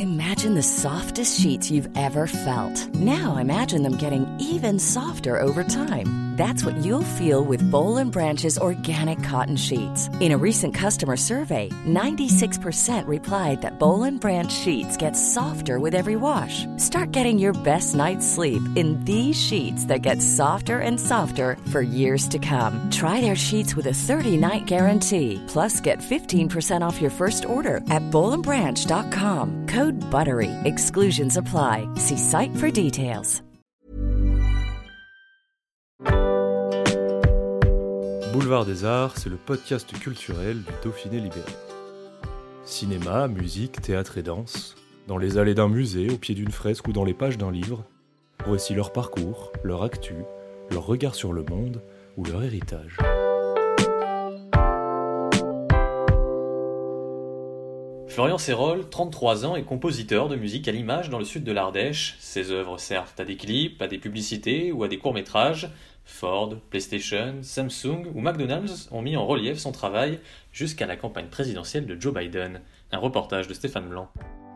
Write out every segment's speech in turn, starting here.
Imagine the softest sheets you've ever felt. Now imagine them getting even softer over time. That's what you'll feel with Boll & Branch's organic cotton sheets. In a recent customer survey, 96% replied that Boll & Branch sheets get softer with every wash. Start getting your best night's sleep in these sheets that get softer and softer for years to come. Try their sheets with a 30-night guarantee. Plus, get 15% off your first order at bollandbranch.com. Code BUTTERY. Exclusions apply. See site for details. Boulevard des Arts, c'est le podcast culturel du Dauphiné libéré. Cinéma, musique, théâtre et danse, dans les allées d'un musée, au pied d'une fresque ou dans les pages d'un livre, voici leur parcours, leur actu, leur regard sur le monde ou leur héritage. Florian Sérol, 33 ans, est compositeur de musique à l'image dans le sud de l'Ardèche. Ses œuvres servent à des clips, à des publicités ou à des courts-métrages. Ford, PlayStation, Samsung ou McDonald's ont mis en relief son travail jusqu'à la campagne présidentielle de Joe Biden. Un reportage de Stéphane Blanc.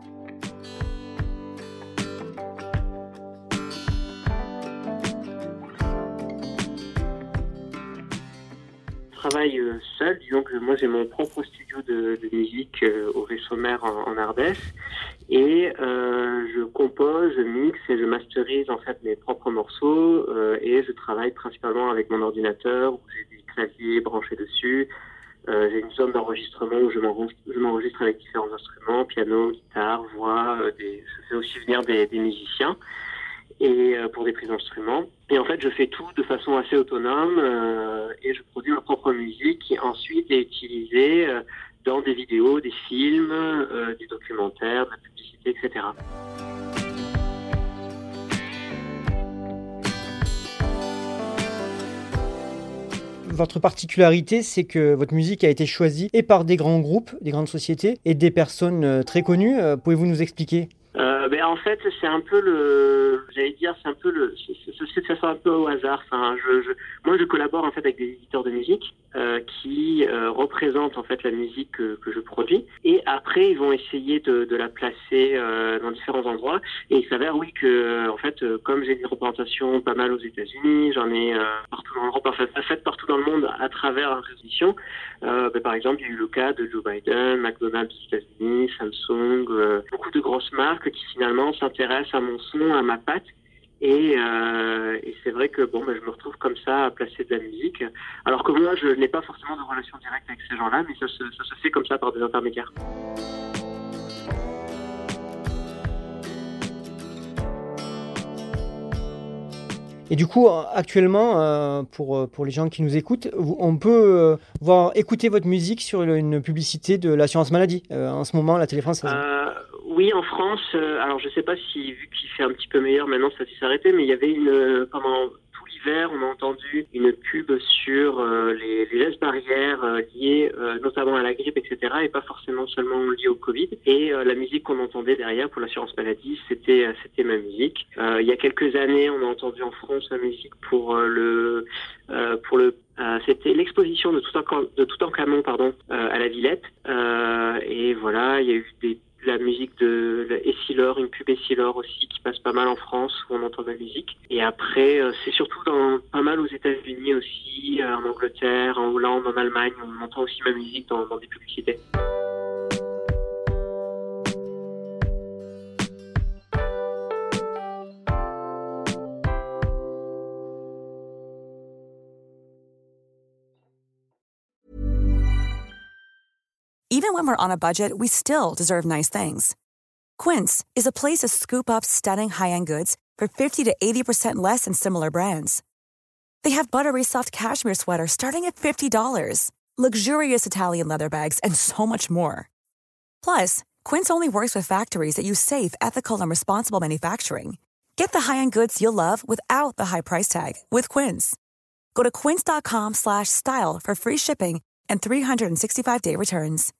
Je travaille seul, disons que moi j'ai mon propre studio de musique au Ré-sur-Mer en Ardèche et je compose, je mixe et je masterise en fait mes propres morceaux et je travaille principalement avec mon ordinateur où j'ai des claviers branchés dessus. J'ai une zone d'enregistrement où je m'enregistre avec différents instruments, piano, guitare, voix, je fais aussi venir des musiciens et pour des prises d'instruments. Et en fait, je fais tout de façon assez autonome et je produis ma propre musique qui ensuite est utilisée dans des vidéos, des films, du documentaire, de la publicité, etc. Votre particularité, c'est que votre musique a été choisie et par des grands groupes, des grandes sociétés et des personnes très connues. Pouvez-vous nous expliquer ? En fait, c'est un peu ça se fait de façon un peu au hasard. Enfin, moi, je collabore en fait avec des éditeurs de musique qui représentent en fait la musique que je produis. Et après, ils vont essayer de la placer dans différents endroits. Et il s'avère, oui, que en fait, comme j'ai une représentation pas mal aux États-Unis, j'en ai partout dans l'Europe, en fait, partout dans le monde à travers la résolution. Par exemple, il y a eu le cas de Joe Biden, McDonald's aux États-Unis, Samsung, beaucoup de grosses marques qui finalement s'intéressent à mon son, à ma patte. Et c'est vrai que je me retrouve comme ça à placer de la musique. Alors que moi, je n'ai pas forcément de relation directe avec ces gens-là, mais ça se fait comme ça par des intermédiaires. Et du coup, actuellement, pour les gens qui nous écoutent, on peut écouter votre musique sur une publicité de l'assurance maladie. En ce moment, la Télé-France... Oui, en France, alors je sais pas si, vu qu'il fait un petit peu meilleur maintenant, ça s'est arrêté, mais il y avait pendant tout l'hiver, on a entendu une pub sur les gestes barrières liés notamment à la grippe, etc., et pas forcément seulement liés au Covid. Et la musique qu'on entendait derrière pour l'assurance maladie, c'était ma musique. Il y a quelques années, on a entendu en France la musique pour c'était l'exposition de Toutankhamon, à la Villette. Et voilà, il y a eu la musique de Essilor, une pub Essilor aussi qui passe pas mal en France où on entend de la musique. Et après, c'est surtout pas mal aux États-Unis aussi, en Angleterre, en Hollande, en Allemagne, on entend aussi ma musique dans des publicités. Even when we're on a budget, we still deserve nice things. Quince is a place to scoop up stunning high-end goods for 50 to 80% less than similar brands. They have buttery soft cashmere sweaters starting at $50, luxurious Italian leather bags, and so much more. Plus, Quince only works with factories that use safe, ethical, and responsible manufacturing. Get the high-end goods you'll love without the high price tag with Quince. Go to quince.com/style for free shipping and 365-day returns.